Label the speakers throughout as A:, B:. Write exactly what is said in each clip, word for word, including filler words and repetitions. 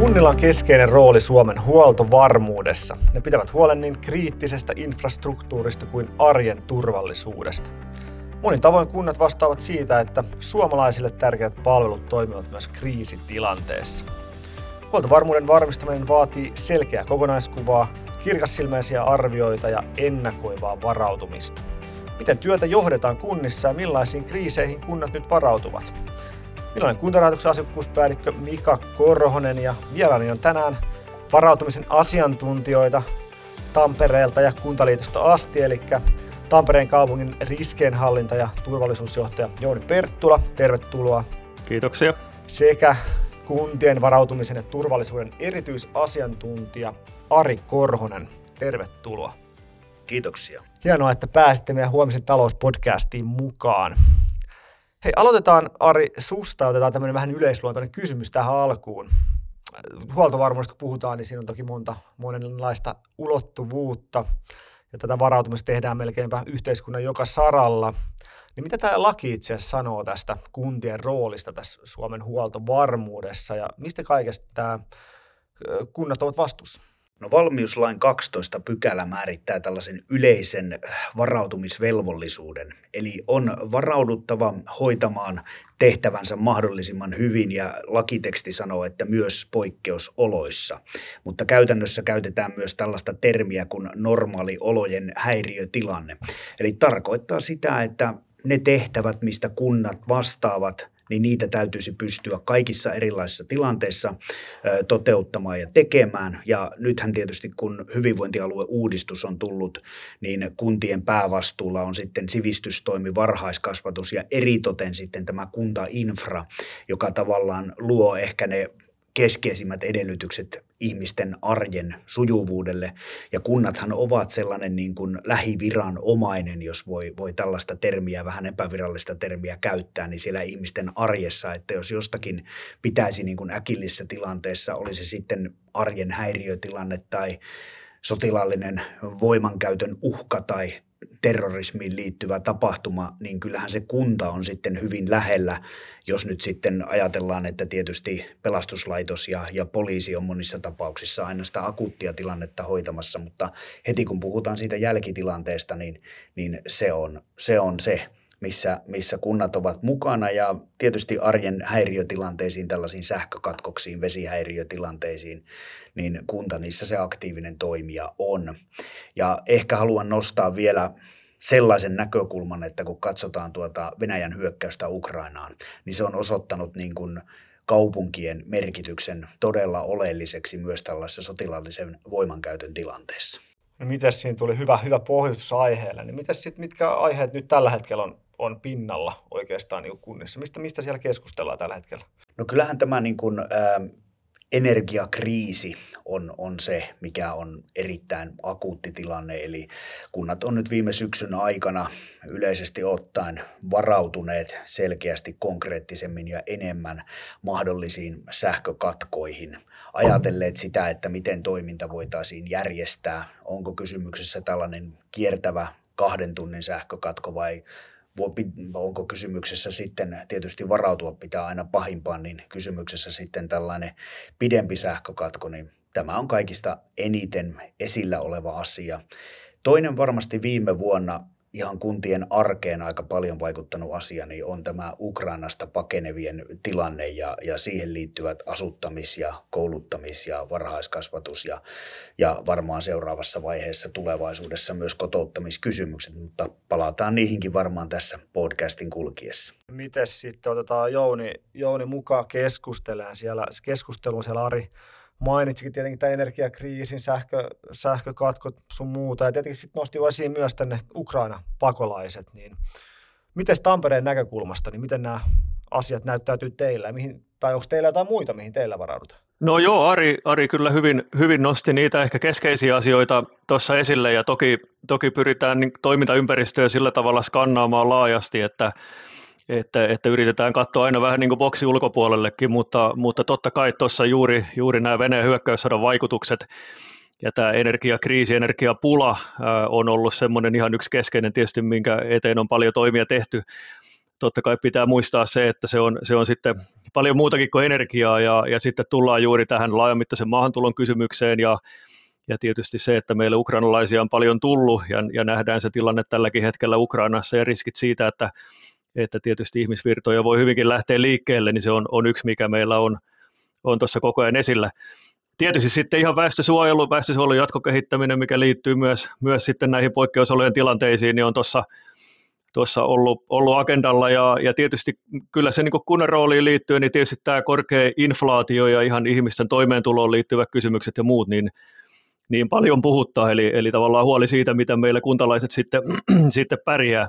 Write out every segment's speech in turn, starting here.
A: Kunnilla on keskeinen rooli Suomen huoltovarmuudessa. Ne pitävät huolen niin kriittisestä infrastruktuurista kuin arjen turvallisuudesta. Monin tavoin kunnat vastaavat siitä, että suomalaisille tärkeät palvelut toimivat myös kriisitilanteessa. Huoltovarmuuden varmistaminen vaatii selkeää kokonaiskuvaa, kirkassilmäisiä arvioita ja ennakoivaa varautumista. Miten työtä johdetaan kunnissa ja millaisiin kriiseihin kunnat nyt varautuvat? Minä olen Kuntarahoituksen asiakkuuspäällikkö Mika Korhonen ja vieraani on tänään varautumisen asiantuntijoita Tampereelta ja Kuntaliitosta asti, eli Tampereen kaupungin riskienhallinta- ja turvallisuusjohtaja Jouni Perttula, tervetuloa.
B: Kiitoksia.
A: Sekä kuntien varautumisen ja turvallisuuden erityisasiantuntija Ari Korhonen, tervetuloa.
C: Kiitoksia.
A: Hienoa, että pääsitte meidän huomisen talouspodcastiin mukaan. Hei, aloitetaan Ari susta, otetaan tämmöinen vähän yleisluontoinen kysymys tähän alkuun. Huoltovarmuudesta kun puhutaan, niin siinä on toki monta monenlaista ulottuvuutta, ja tätä varautumista tehdään melkeinpä yhteiskunnan joka saralla. Niin mitä tämä laki itse asiassa sanoo tästä kuntien roolista tässä Suomen huoltovarmuudessa, ja mistä kaikesta tämä kunnat ovat vastuussa?
C: No valmiuslain kaksitoista pykälä määrittää tällaisen yleisen varautumisvelvollisuuden, eli on varauduttava hoitamaan tehtävänsä mahdollisimman hyvin ja lakiteksti sanoo, että myös poikkeusoloissa, mutta käytännössä käytetään myös tällaista termiä kuin normaaliolojen häiriötilanne, eli tarkoittaa sitä, että ne tehtävät, mistä kunnat vastaavat, niin niitä täytyisi pystyä kaikissa erilaisissa tilanteissa toteuttamaan ja tekemään. Ja nythän tietysti kun hyvinvointialueuudistus on tullut, niin kuntien päävastuulla on sitten sivistystoimi, varhaiskasvatus ja eritoten sitten tämä kuntainfra, joka tavallaan luo ehkä ne keskeisimmät edellytykset ihmisten arjen sujuvuudelle, ja kunnathan ovat sellainen niin kuin lähiviranomainen, jos voi, voi tällaista termiä, vähän epävirallista termiä käyttää, niin siellä ihmisten arjessa, että jos jostakin pitäisi niin kuin äkillisessä tilanteessa, olisi sitten arjen häiriötilanne tai sotilaallinen voimankäytön uhka tai terrorismiin liittyvä tapahtuma, niin kyllähän se kunta on sitten hyvin lähellä, jos nyt sitten ajatellaan, että tietysti pelastuslaitos ja, ja poliisi on monissa tapauksissa aina sitä akuuttia tilannetta hoitamassa, mutta heti kun puhutaan siitä jälkitilanteesta, niin, niin se on se, on se missä, missä kunnat ovat mukana, ja tietysti arjen häiriötilanteisiin, tällaisiin sähkökatkoksiin, vesihäiriötilanteisiin, niin kunta niissä se aktiivinen toimija on. Ja ehkä haluan nostaa vielä sellaisen näkökulman, että kun katsotaan tuota Venäjän hyökkäystä Ukrainaan, niin se on osoittanut niin kuin kaupunkien merkityksen todella oleelliseksi myös tällaisessa sotilaallisen voimankäytön tilanteessa.
A: No mitäs siinä tuli hyvä, hyvä pohjustus aiheelle, niin mitäs sit, mitkä aiheet nyt tällä hetkellä on, on pinnalla oikeastaan niin kuin kunnissa? Mistä, mistä siellä keskustellaan tällä hetkellä?
C: No kyllähän tämä niin kuin, ä, energiakriisi on, on se, mikä on erittäin akuutti tilanne, eli kunnat on nyt viime syksyn aikana yleisesti ottaen varautuneet selkeästi konkreettisemmin ja enemmän mahdollisiin sähkökatkoihin. Ajatelleet sitä, että miten toiminta voitaisiin järjestää, onko kysymyksessä tällainen kiertävä kahden tunnin sähkökatko vai onko kysymyksessä sitten, tietysti varautua pitää aina pahimpaan, niin kysymyksessä sitten tällainen pidempi sähkökatko, niin tämä on kaikista eniten esillä oleva asia. Toinen varmasti viime vuonna ihan kuntien arkeen aika paljon vaikuttanut asia, niin on tämä Ukrainasta pakenevien tilanne ja, ja siihen liittyvät asuttamis- ja kouluttamis- ja varhaiskasvatus ja, ja varmaan seuraavassa vaiheessa tulevaisuudessa myös kotouttamiskysymykset, mutta palataan niihinkin varmaan tässä podcastin kulkiessa.
A: Mites sitten otetaan Jouni, Jouni mukaan keskustelemaan siellä, keskusteluun siellä Ari mainitsikin tietenkin tämän energiakriisin, sähkö, sähkökatkot sun muuta, ja tietenkin sitten nosti esiin myös tänne Ukraina-pakolaiset, niin miten Tampereen näkökulmasta, niin miten nämä asiat näyttäytyy teillä, mihin, tai onko teillä jotain muita, mihin teillä varaudutaan?
B: No joo, Ari, Ari kyllä hyvin, hyvin nosti niitä ehkä keskeisiä asioita tuossa esille, ja toki, toki pyritään niin toimintaympäristöä sillä tavalla skannaamaan laajasti, että Että, että yritetään katsoa aina vähän niin kuin boksi ulkopuolellekin, mutta, mutta totta kai tuossa juuri, juuri nämä Venäjän hyökkäyssodan vaikutukset ja tämä energiakriisi, energiapula ää, on ollut semmoinen ihan yksi keskeinen tietysti, minkä eteen on paljon toimia tehty. totta kai pitää muistaa se, että se on, se on sitten paljon muutakin kuin energiaa, ja, ja sitten tullaan juuri tähän laajamittaisen maahantulon kysymykseen, ja, ja tietysti se, että meille ukrainalaisia on paljon tullut, ja, ja nähdään se tilanne tälläkin hetkellä Ukrainassa, ja riskit siitä, että, että tietysti ihmisvirtoja voi hyvinkin lähteä liikkeelle, niin se on, on yksi, mikä meillä on, on tuossa koko ajan esillä. Tietysti sitten ihan väestösuojelu, väestösuojelun jatkokehittäminen, mikä liittyy myös, myös sitten näihin poikkeusolojen tilanteisiin, niin on tuossa tuossa ollut, ollut agendalla, ja, ja tietysti kyllä se niin kuin kunnan rooliin liittyen, niin tietysti tämä korkea inflaatio ja ihan ihmisten toimeentuloon liittyvät kysymykset ja muut, niin, niin paljon puhuttaa, eli, eli tavallaan huoli siitä, miten meillä kuntalaiset sitten, sitten pärjää.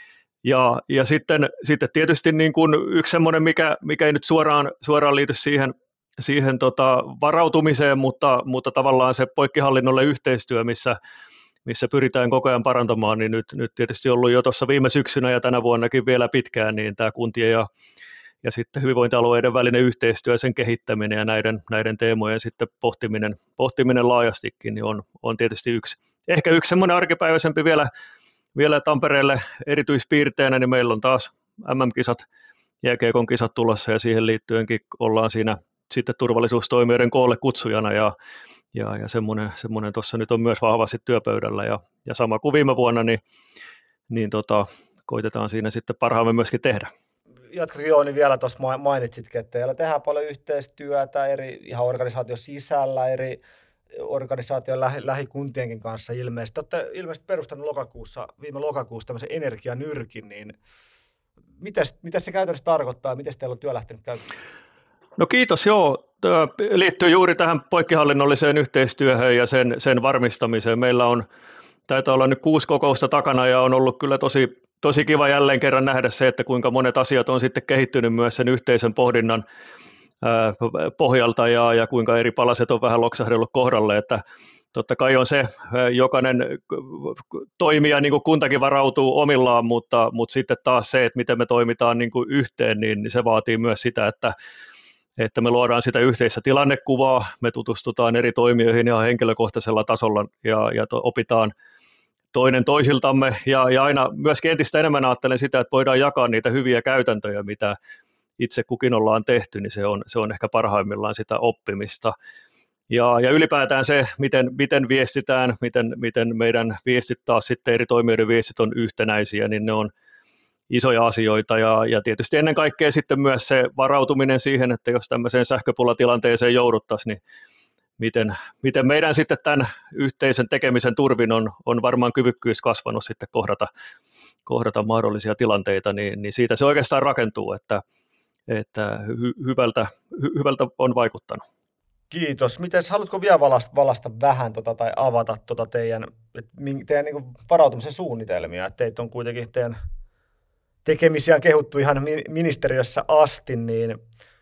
B: Ja, ja sitten, sitten tietysti niin kuin yksi semmoinen, mikä, mikä ei nyt suoraan, suoraan liity siihen, siihen tota varautumiseen, mutta, mutta tavallaan se poikkihallinnollinen yhteistyö, missä missä pyritään koko ajan parantamaan, niin nyt, nyt tietysti ollut jo tuossa viime syksynä ja tänä vuonnakin vielä pitkään, niin tämä kuntien ja, ja sitten hyvinvointialueiden välinen yhteistyö, sen kehittäminen ja näiden, näiden teemojen sitten pohtiminen, pohtiminen laajastikin, niin on, on tietysti yksi. Ehkä yksi semmoinen arkipäiväisempi vielä, vielä Tampereelle erityispiirteenä, niin meillä on taas M M-kisat, jääkiekon kisat tulossa, ja siihen liittyenkin ollaan siinä sitten turvallisuustoimijoiden koolle kutsujana, ja Ja, ja semmoinen, semmoinen tuossa nyt on myös vahvasti työpöydällä, ja, ja sama kuin viime vuonna, niin, niin tota, koitetaan siinä sitten parhaamme myöskin tehdä.
A: Jatkatko Jouni vielä tuossa mainitsitkin, että teillä tehdään paljon yhteistyötä eri ihan organisaation sisällä, eri organisaation lähi, lähikuntienkin kanssa ilmeisesti. Olette ilmeisesti perustanut lokakuussa, viime lokakuussa tämmöisen energianyrkin, niin mitäs, mitäs se käytännössä tarkoittaa, miten teillä on työ lähtenyt käyntiin?
B: No kiitos, joo. Tämä liittyy juuri tähän poikkihallinnolliseen yhteistyöhön ja sen, sen varmistamiseen. Meillä on, taitaa olla nyt kuusi kokousta takana, ja on ollut kyllä tosi, tosi kiva jälleen kerran nähdä se, että kuinka monet asiat on sitten kehittynyt myös sen yhteisen pohdinnan ää, pohjalta, ja, ja kuinka eri palaset on vähän loksahdellut kohdalle, että totta kai on se, jokainen toimija, niin kuin kuntakin varautuu omillaan, mutta, mutta sitten taas se, että miten me toimitaan niin kuin yhteen, niin se vaatii myös sitä, että että me luodaan sitä yhteistä tilannekuvaa, me tutustutaan eri toimijoihin ihan henkilökohtaisella tasolla, ja, ja to, opitaan toinen toisiltamme, ja, ja aina myöskin entistä enemmän ajattelen sitä, että voidaan jakaa niitä hyviä käytäntöjä, mitä itse kukin ollaan tehty, niin se on, se on ehkä parhaimmillaan sitä oppimista. Ja, ja ylipäätään se, miten, miten viestitään, miten, miten meidän viestit taas sitten eri toimijoiden viestit on yhtenäisiä, niin ne on isoja asioita, ja, ja tietysti ennen kaikkea sitten myös se varautuminen siihen, että jos tämmöiseen sähköpulatilanteeseen jouduttaisiin, niin miten, miten meidän sitten tämän yhteisen tekemisen turvin on, on varmaan kyvykkyys kasvanut sitten kohdata, kohdata mahdollisia tilanteita, niin, niin siitä se oikeastaan rakentuu, että, että hy, hyvältä, hy, hyvältä on vaikuttanut.
A: Kiitos. Mites, haluatko vielä valasta, valasta vähän tota, tai avata tota teidän, teidän niin kuin varautumisen suunnitelmia, että teitä on kuitenkin teidän tekemisiä on kehuttu ihan ministeriössä asti, niin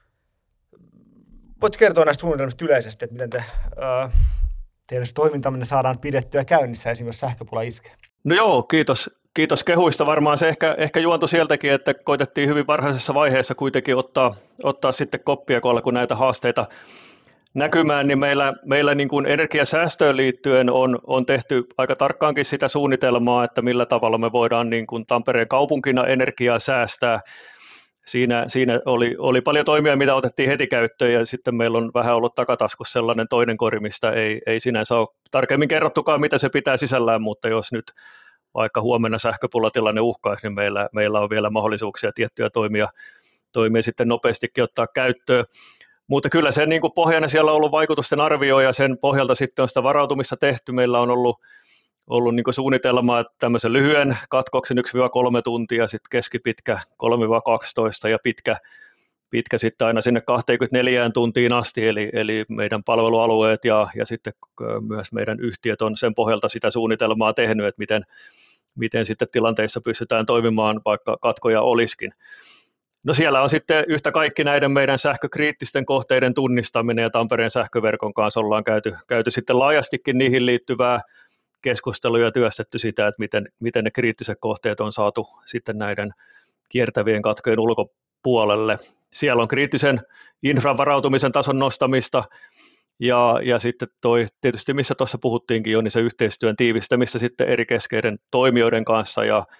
A: voit kertoa näistä suunnitelmista yleisesti, että miten te, ää, teidän toimintamme saadaan pidettyä käynnissä, esimerkiksi sähköpula iskee?
B: No joo, kiitos. Kiitos kehuista. Varmaan se ehkä, ehkä juontui sieltäkin, että koitettiin hyvin varhaisessa vaiheessa kuitenkin ottaa, ottaa sitten koppia, kun alkoi näitä haasteita näkymään, niin meillä, meillä niin kuin energiasäästöön liittyen on, on tehty aika tarkkaankin sitä suunnitelmaa, että millä tavalla me voidaan niin kuin Tampereen kaupunkina energiaa säästää. Siinä, siinä oli, oli paljon toimia, mitä otettiin heti käyttöön, ja sitten meillä on vähän ollut takataskussa sellainen toinen kori, mistä ei, ei sinänsä ole tarkemmin kerrottukaan, mitä se pitää sisällään, mutta jos nyt vaikka huomenna sähköpulatilanne uhkaisi, niin meillä, meillä on vielä mahdollisuuksia tiettyjä toimia, toimia sitten nopeastikin ottaa käyttöön. Mutta kyllä se niin kuin pohjana siellä on ollut vaikutusten arvio, ja sen pohjalta sitten on sitä varautumista tehty. Meillä on ollut, ollut niin kuin suunnitelma, että tämmöisen lyhyen katkoksen yksi kolme tuntia, sitten keskipitkä kolme kaksitoista ja pitkä, pitkä sitten aina sinne kaksikymmentäneljä tuntiin asti, eli, eli meidän palvelualueet ja, ja sitten myös meidän yhtiöt on sen pohjalta sitä suunnitelmaa tehnyt, että miten, miten sitten tilanteissa pystytään toimimaan, vaikka katkoja olisikin. No siellä on sitten yhtä kaikki näiden meidän sähkökriittisten kohteiden tunnistaminen, ja Tampereen sähköverkon kanssa ollaan käyty, käyty sitten laajastikin niihin liittyvää keskustelua ja työstetty sitä, että miten, miten ne kriittiset kohteet on saatu sitten näiden kiertävien katkojen ulkopuolelle. Siellä on kriittisen infran varautumisen tason nostamista, ja, ja sitten toi tietysti, missä tuossa puhuttiinkin jo, niin se yhteistyön tiivistämistä sitten eri keskeiden toimijoiden kanssa, ja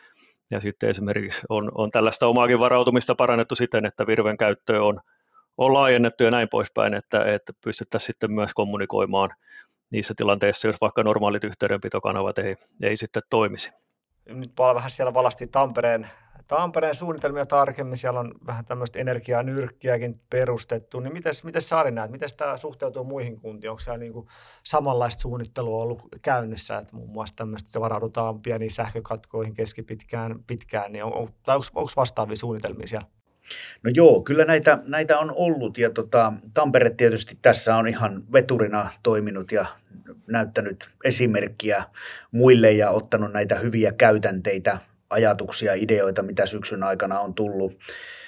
B: ja sitten esimerkiksi on, on tällaista omaakin varautumista parannettu siten, että virven käyttöä on, on laajennettu ja näin poispäin, että, että pystyttäisiin sitten myös kommunikoimaan niissä tilanteissa, jos vaikka normaalit yhteydenpitokanavat ei, ei sitten toimisi.
A: Nyt vähän siellä valasti Tampereen, Tampereen suunnitelmia tarkemmin, siellä on vähän tämmöistä energianyrkkiäkin perustettu, niin miten, miten Sari näet, miten tämä suhteutuu muihin kuntiin, onko siellä niin kuin samanlaista suunnittelua ollut käynnissä, että muun muassa tämmöistä, että varaudutaan pieniin sähkökatkoihin keskipitkään, pitkään, niin on, tai onko, onko vastaavia suunnitelmia siellä?
C: No joo, kyllä näitä, näitä on ollut ja tota, Tampere tietysti tässä on ihan veturina toiminut ja näyttänyt esimerkkiä muille ja ottanut näitä hyviä käytänteitä, ajatuksia, ideoita, mitä syksyn aikana on tullut.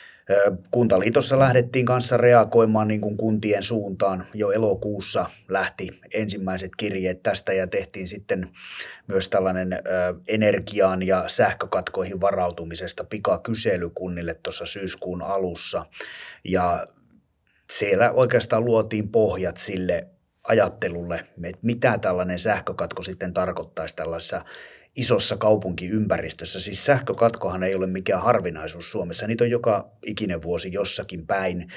C: Kuntaliitossa lähdettiin kanssa reagoimaan niin kuin kuntien suuntaan. Jo elokuussa lähti ensimmäiset kirjeet tästä ja tehtiin sitten myös tällainen energiaan ja sähkökatkoihin varautumisesta pikakysely kunnille tuossa syyskuun alussa. Ja siellä oikeastaan luotiin pohjat sille ajattelulle, että mitä tällainen sähkökatko sitten tarkoittaisi tällaisessa isossa kaupunkiympäristössä. Siis sähkökatkohan ei ole mikään harvinaisuus Suomessa. Niitä on joka ikinen vuosi jossakin päin.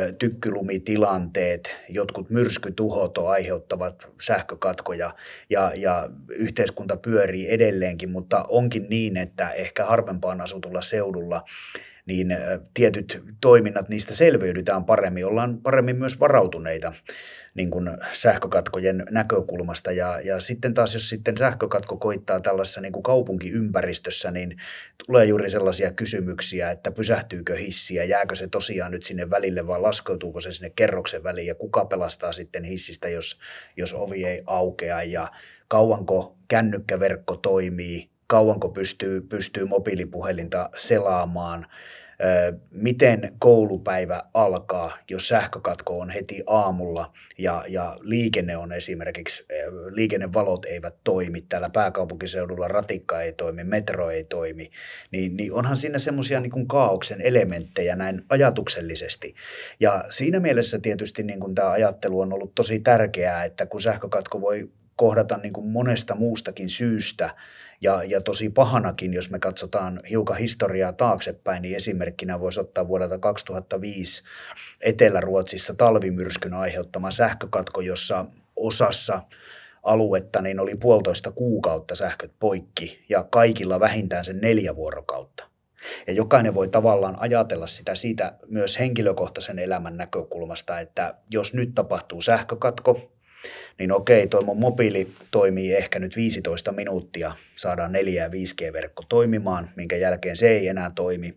C: Tykkylumitilanteet, jotkut myrskytuhot aiheuttavat sähkökatkoja ja, ja yhteiskunta pyörii edelleenkin, mutta onkin niin, että ehkä harvempaan asutulla seudulla niin tietyt toiminnat, niistä selviydytään paremmin, ollaan paremmin myös varautuneita niin kuin sähkökatkojen näkökulmasta. Ja, ja sitten taas, jos sitten sähkökatko koittaa tällaisessa niin kuin kaupunkiympäristössä, niin tulee juuri sellaisia kysymyksiä, että pysähtyykö hissiä, jääkö se tosiaan nyt sinne välille vai laskeutuuko se sinne kerroksen väliin ja kuka pelastaa sitten hissistä, jos, jos ovi ei aukea ja kauanko kännykkäverkko toimii, kauanko pystyy, pystyy mobiilipuhelinta selaamaan, miten koulupäivä alkaa, jos sähkökatko on heti aamulla ja, ja liikenne on esimerkiksi, liikennevalot eivät toimi, täällä pääkaupunkiseudulla ratikka ei toimi, metro ei toimi, niin, niin onhan siinä semmoisia niin kuin kaaoksen elementtejä näin ajatuksellisesti. Ja siinä mielessä tietysti niin kuin tämä ajattelu on ollut tosi tärkeää, että kun sähkökatko voi kohdata niin kuin monesta muustakin syystä ja, ja tosi pahanakin, jos me katsotaan hiukan historiaa taaksepäin, niin esimerkkinä voisi ottaa vuodelta kaksituhattaviisi Etelä-Ruotsissa talvimyrskyn aiheuttama sähkökatko, jossa osassa aluetta niin oli puolitoista kuukautta sähköt poikki ja kaikilla vähintään sen neljä vuorokautta. Ja jokainen voi tavallaan ajatella sitä siitä myös henkilökohtaisen elämän näkökulmasta, että jos nyt tapahtuu sähkökatko, niin okei, toi mun mobiili toimii ehkä nyt viisitoista minuuttia, saadaan neljä- ja viisi G-verkko toimimaan, minkä jälkeen se ei enää toimi.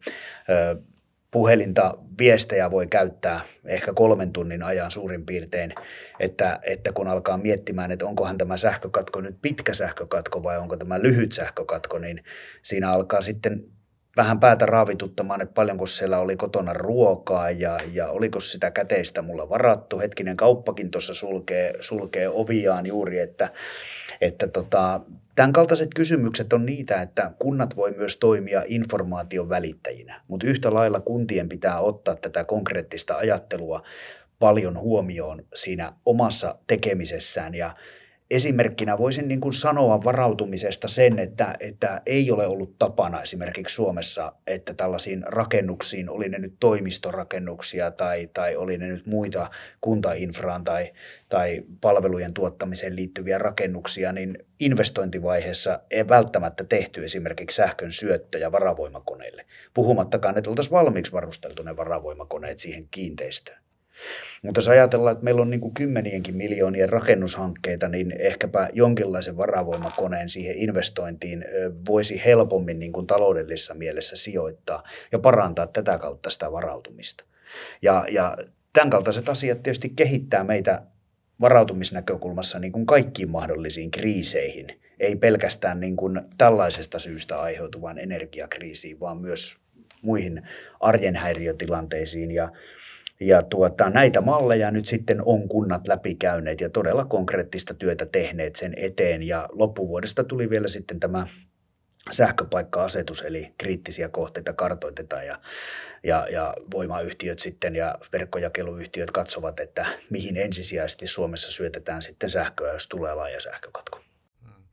C: Puhelinta, viestejä voi käyttää ehkä kolmen tunnin ajan suurin piirtein, että, että kun alkaa miettimään, että onkohan tämä sähkökatko nyt pitkä sähkökatko vai onko tämä lyhyt sähkökatko, niin siinä alkaa sitten vähän päätä raavituttamaan, että paljonko siellä oli kotona ruokaa ja, ja oliko sitä käteistä mulla varattu. Hetkinen, kauppakin tuossa sulkee, sulkee oviaan juuri, että, että tota, tämän kaltaiset kysymykset on niitä, että kunnat voi myös toimia informaation välittäjinä, mutta yhtä lailla kuntien pitää ottaa tätä konkreettista ajattelua paljon huomioon siinä omassa tekemisessään ja esimerkkinä voisin niin kuin sanoa varautumisesta sen, että, että ei ole ollut tapana esimerkiksi Suomessa, että tällaisiin rakennuksiin, oli ne nyt toimistorakennuksia tai, tai oli ne nyt muita kuntainfraan tai, tai palvelujen tuottamiseen liittyviä rakennuksia, niin investointivaiheessa ei välttämättä tehty esimerkiksi sähkön syöttöjä varavoimakoneille. Puhumattakaan, että oltaisiin valmiiksi varusteltu ne varavoimakoneet siihen kiinteistöön. Mutta jos ajatellaan, että meillä on niin kuin kymmenienkin miljoonien rakennushankkeita, niin ehkäpä jonkinlaisen varavoimakoneen siihen investointiin voisi helpommin niin kuin taloudellisessa mielessä sijoittaa ja parantaa tätä kautta sitä varautumista. Ja, ja tämän kaltaiset asiat tietysti kehittää meitä varautumisnäkökulmassa niin kuin kaikkiin mahdollisiin kriiseihin. Ei pelkästään niin kuin tällaisesta syystä aiheutuvaan energiakriisiin, vaan myös muihin arjen häiriötilanteisiin ja Ja tuota, näitä malleja nyt sitten on kunnat läpikäyneet ja todella konkreettista työtä tehneet sen eteen. Ja loppuvuodesta tuli vielä sitten tämä sähköpaikka-asetus, eli kriittisiä kohteita kartoitetaan ja, ja, ja voimayhtiöt sitten ja verkkojakeluyhtiöt katsovat, että mihin ensisijaisesti Suomessa syötetään sitten sähköä, jos tulee laaja sähkökatko.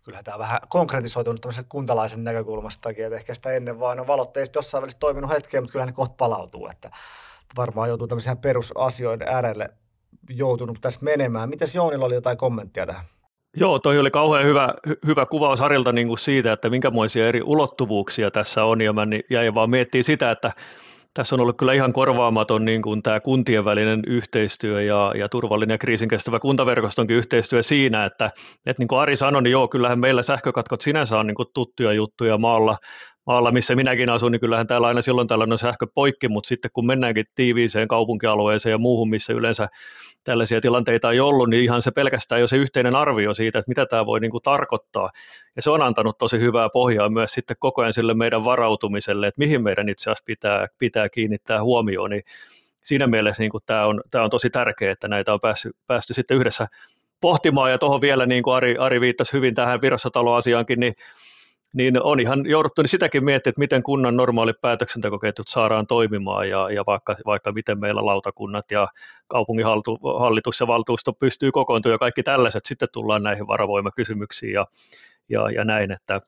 A: kyllähän tämä vähän konkretisoitunut tämmöisen kuntalaisen näkökulmastakin, että ehkä sitä ennen vaan on valot ei jossain välissä toiminut hetkeä, mutta kyllähän ne kohta palautuu, että varmaan joutuu tämmöisiä perusasioiden äärelle joutunut tässä menemään. Mites Jounilla oli jotain kommenttia tähän?
B: Joo, toi oli kauhean hyvä, hyvä kuvaus Harilta niin kuin siitä, että minkämoisia eri ulottuvuuksia tässä on, ja mä jäin vaan miettimään sitä, että tässä on ollut kyllä ihan korvaamaton niin kuin tämä kuntien välinen yhteistyö ja, ja turvallinen ja kriisinkestävä kuntaverkostonkin yhteistyö siinä, että, että niin kuin Ari sanoi, niin joo, kyllähän meillä sähkökatkot sinänsä on niin kuin tuttuja juttuja maalla, maalla, missä minäkin asun, niin kyllähän täällä aina silloin tällainen on sähkö poikki, mutta sitten kun mennäänkin tiiviiseen kaupunkialueeseen ja muuhun, missä yleensä tällaisia tilanteita ei ollut, niin ihan se pelkästään jo se yhteinen arvio siitä, että mitä tämä voi niin kuin tarkoittaa. Ja se on antanut tosi hyvää pohjaa myös sitten koko ajan sille meidän varautumiselle, että mihin meidän itse asiassa pitää, pitää kiinnittää huomioon. Niin siinä mielessä niin kuin tämä, on, tämä on tosi tärkeää, että näitä on päästy, päästy sitten yhdessä pohtimaan. Ja tuohon vielä, niin kuin Ari, Ari viittasi hyvin tähän Virassatalo-asiaankin, niin niin on ihan jouduttu niin sitäkin miettimään, että miten kunnan normaalit päätöksentekoketjut saadaan toimimaan ja, ja vaikka, vaikka miten meillä lautakunnat ja kaupunginhallitus ja valtuusto pystyy kokoontumaan ja kaikki tällaiset, sitten tullaan näihin varavoimakysymyksiin ja, ja, ja näin, että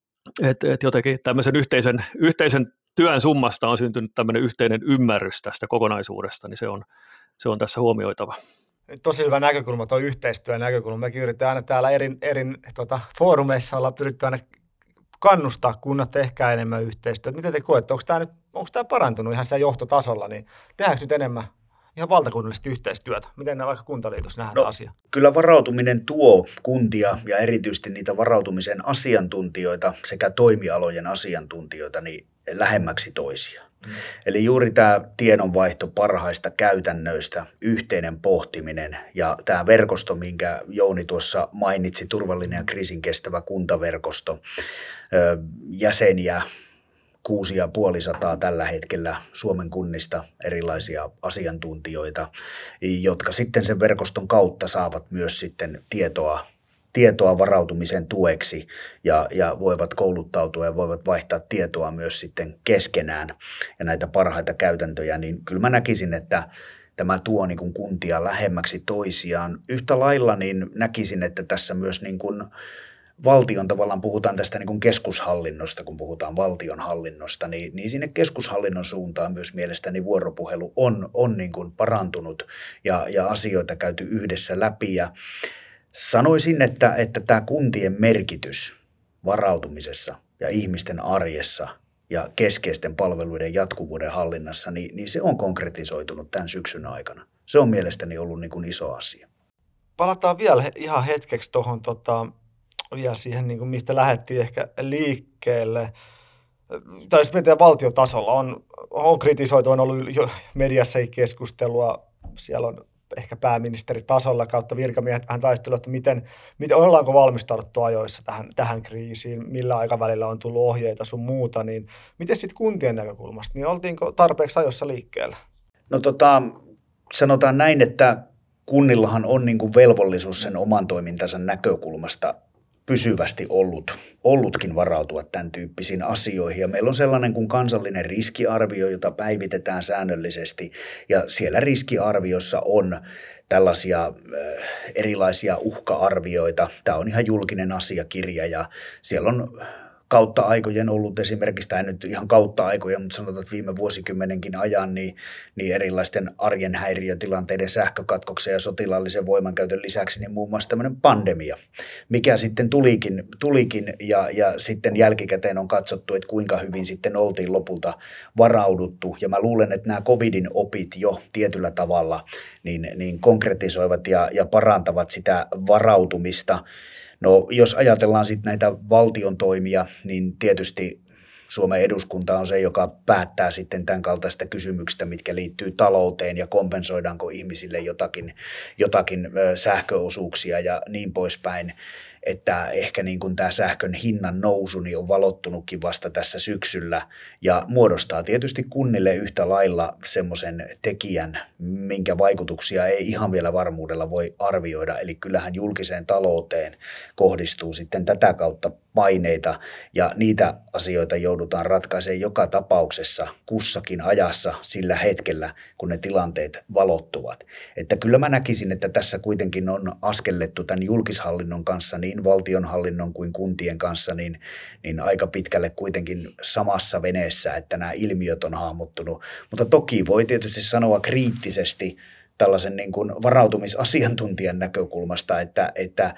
B: et, et jotenkin tämmöisen yhteisen, yhteisen työn summasta on syntynyt tämmöinen yhteinen ymmärrys tästä kokonaisuudesta, niin se on, se on tässä huomioitava.
A: Tosi hyvä näkökulma, tuo yhteistyön näkökulma. Mekin yritetään aina täällä eri, eri tota, foorumeissa olla pyritty aina kannustaa kunnat ehkä enemmän yhteistyötä. Miten te koette, onko tämä nyt onko tämä parantunut ihan siellä johtotasolla, niin tehdäänkö nyt enemmän ihan valtakunnallisesti yhteistyötä? Miten nämä vaikka Kuntaliitossa nähdään no, asia?
C: Kyllä varautuminen tuo kuntia ja erityisesti niitä varautumisen asiantuntijoita sekä toimialojen asiantuntijoita niin lähemmäksi toisiaan. Mm. Eli juuri tämä tiedonvaihto parhaista käytännöistä, yhteinen pohtiminen ja tämä verkosto, minkä Jouni tuossa mainitsi, turvallinen ja kriisinkestävä kuntaverkosto, jäseniä kuusi ja puoli sataa tällä hetkellä Suomen kunnista erilaisia asiantuntijoita, jotka sitten sen verkoston kautta saavat myös sitten tietoa tietoa varautumisen tueksi ja, ja voivat kouluttautua ja voivat vaihtaa tietoa myös sitten keskenään ja näitä parhaita käytäntöjä, niin kyllä mä näkisin, että tämä tuo niin kuin kuntia lähemmäksi toisiaan. Yhtä lailla niin näkisin, että tässä myös niin kuin valtion tavallaan puhutaan tästä niin kuin keskushallinnosta, kun puhutaan valtionhallinnosta, niin, niin sinne keskushallinnon suuntaan myös mielestäni vuoropuhelu on, on niin kuin parantunut ja, ja asioita käyty yhdessä läpi ja sanoisin, että, että tämä kuntien merkitys varautumisessa ja ihmisten arjessa ja keskeisten palveluiden jatkuvuuden hallinnassa, niin, niin se on konkretisoitunut tämän syksyn aikana. Se on mielestäni ollut niin kuin iso asia.
A: Palataan vielä ihan hetkeksi tuohon, tota, vielä siihen, niin kuin mistä lähdettiin ehkä liikkeelle. Tai jos mietitään valtiotasolla, on, on kritisoitu, on ollut jo mediassakin keskustelua, siellä on ehkä pääministeritasolla kautta virkamiehet vähän taistelua, että miten, miten ollaanko valmistauduttu ajoissa tähän, tähän kriisiin, millä aikavälillä on tullut ohjeita sun muuta, niin miten sitten kuntien näkökulmasta, niin oltiinko tarpeeksi ajoissa liikkeellä?
C: No tota, sanotaan näin, että kunnillahan on niin kuin velvollisuus sen oman toimintansa näkökulmasta pysyvästi ollut, ollutkin varautua tämän tyyppisiin asioihin. Ja meillä on sellainen kuin kansallinen riskiarvio, jota päivitetään säännöllisesti. Ja siellä riskiarviossa on tällaisia äh, erilaisia uhka-arvioita. Tämä on ihan julkinen asiakirja ja siellä on kautta aikojen ollut esimerkiksi, tai nyt ihan kautta aikojen, mutta sanotaan, että viime vuosikymmenenkin ajan, niin, niin erilaisten arjen häiriötilanteiden sähkökatkoksen ja sotilaallisen voimankäytön lisäksi, niin muun muassa tämmöinen pandemia, mikä sitten tulikin, tulikin ja, ja sitten jälkikäteen on katsottu, että kuinka hyvin sitten oltiin lopulta varauduttu, ja mä luulen, että nämä covidin opit jo tietyllä tavalla niin, niin konkretisoivat ja, ja parantavat sitä varautumista. No jos ajatellaan sitten näitä valtion toimia, niin tietysti Suomen eduskunta on se, joka päättää sitten tämän kaltaista kysymyksistä, mitkä liittyy talouteen ja kompensoidaanko ihmisille jotakin, jotakin sähköosuuksia ja niin poispäin. Että ehkä niin kuin tämä sähkön hinnan nousu niin on valottunutkin vasta tässä syksyllä ja muodostaa tietysti kunnille yhtä lailla semmoisen tekijän, minkä vaikutuksia ei ihan vielä varmuudella voi arvioida. Eli kyllähän julkiseen talouteen kohdistuu sitten tätä kautta paineita ja niitä asioita joudutaan ratkaisemaan joka tapauksessa kussakin ajassa sillä hetkellä, kun ne tilanteet valottuvat. Että kyllä mä näkisin, että tässä kuitenkin on askellettu tämän julkishallinnon kanssa niin niin valtionhallinnon kuin kuntien kanssa niin, niin aika pitkälle kuitenkin samassa veneessä, että nämä ilmiöt on hahmottunut. Mutta toki voi tietysti sanoa kriittisesti tällaisen niin kuin varautumisasiantuntijan näkökulmasta, että, että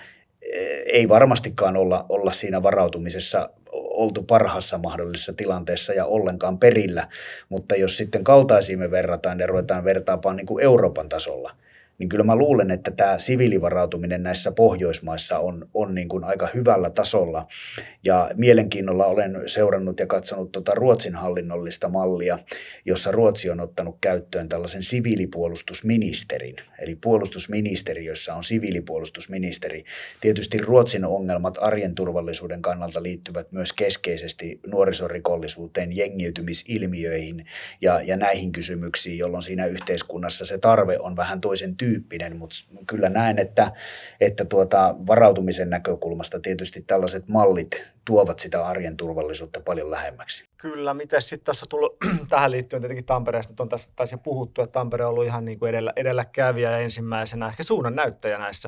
C: ei varmastikaan olla, olla siinä varautumisessa oltu parhaassa mahdollisessa tilanteessa ja ollenkaan perillä, mutta jos sitten kaltaisiin me verrataan ja ruvetaan vertaamaan niin kuin Euroopan tasolla, niin kyllä mä luulen, että tämä siviilivarautuminen näissä Pohjoismaissa on, on niin kuin aika hyvällä tasolla. Ja mielenkiinnolla olen seurannut ja katsonut tuota Ruotsin hallinnollista mallia, jossa Ruotsi on ottanut käyttöön tällaisen siviilipuolustusministerin. Eli puolustusministeriössä on siviilipuolustusministeri. Tietysti Ruotsin ongelmat arjen turvallisuuden kannalta liittyvät myös keskeisesti nuorisorikollisuuteen, jengiytymisilmiöihin ja, ja näihin kysymyksiin, jolloin siinä yhteiskunnassa se tarve on vähän toisen tyyppinen. Tyyppinen, mutta kyllä näen, että, että tuota, varautumisen näkökulmasta tietysti tällaiset mallit tuovat sitä arjen turvallisuutta paljon lähemmäksi.
A: Kyllä, miten sitten tässä on tullut tähän liittyen tietenkin Tampereesta, on tässä taisi puhuttu, että Tampere on ollut ihan niin kuin edellä, edelläkävijä ja ensimmäisenä ehkä suunnan näyttäjä näissä,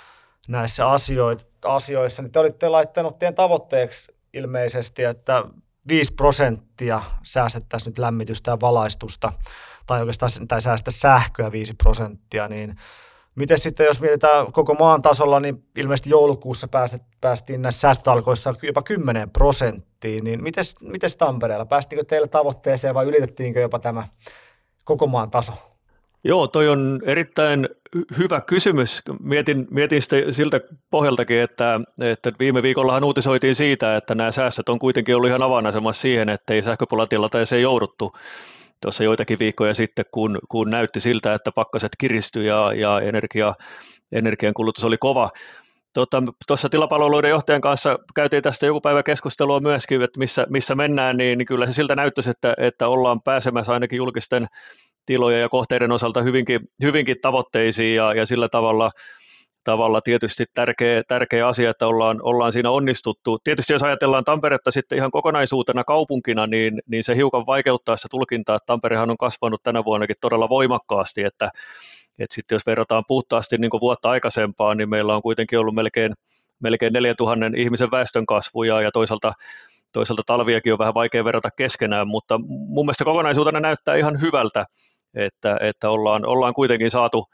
A: näissä asioissa. Niin te olitte laittanut teidän tavoitteeksi ilmeisesti, että viisi prosenttia säästettäisiin nyt lämmitystä ja valaistusta, tai oikeastaan tai säästä sähköä viisi prosenttia, niin miten sitten, jos mietitään koko maan tasolla, niin ilmeisesti joulukuussa päästiin näissä säästötalkoissa jopa kymmenen prosenttiin, niin miten Tampereella, päästikö teille tavoitteeseen vai ylitettiinkö jopa tämä koko maan taso?
B: Joo, toi on erittäin hyvä kysymys. Mietin, mietin sitä siltä pohjaltakin, että, että viime viikollahan uutisoitiin siitä, että nämä säästöt on kuitenkin ollut ihan avainasemassa siihen, että ei sähköpulatilanteeseen jouduttu tuossa joitakin viikkoja sitten, kun, kun näytti siltä, että pakkaset kiristyi ja, ja energia, energian kulutus oli kova. Tuossa tota, tilapalveluiden johtajan kanssa käytiin tästä joku päivä keskustelua myöskin, että missä, missä mennään, niin, niin kyllä se siltä näyttäisi, että, että ollaan pääsemässä ainakin julkisten tilojen ja kohteiden osalta hyvinkin, hyvinkin tavoitteisiin ja, ja sillä tavalla, tavalla tietysti tärkeä, tärkeä asia, että ollaan, ollaan siinä onnistuttu. Tietysti jos ajatellaan Tamperetta sitten ihan kokonaisuutena kaupunkina, niin, niin se hiukan vaikeuttaa se tulkintaa, että Tamperehan on kasvanut tänä vuonnakin todella voimakkaasti, että, että sitten jos verrataan puhtaasti niin kuin vuotta aikaisempaan, niin meillä on kuitenkin ollut melkein, melkein neljätuhatta ihmisen väestön kasvu ja, ja toisaalta Toisaalta talviakin on vähän vaikea verrata keskenään, mutta mun mielestä kokonaisuutena näyttää ihan hyvältä, että, että ollaan, ollaan kuitenkin saatu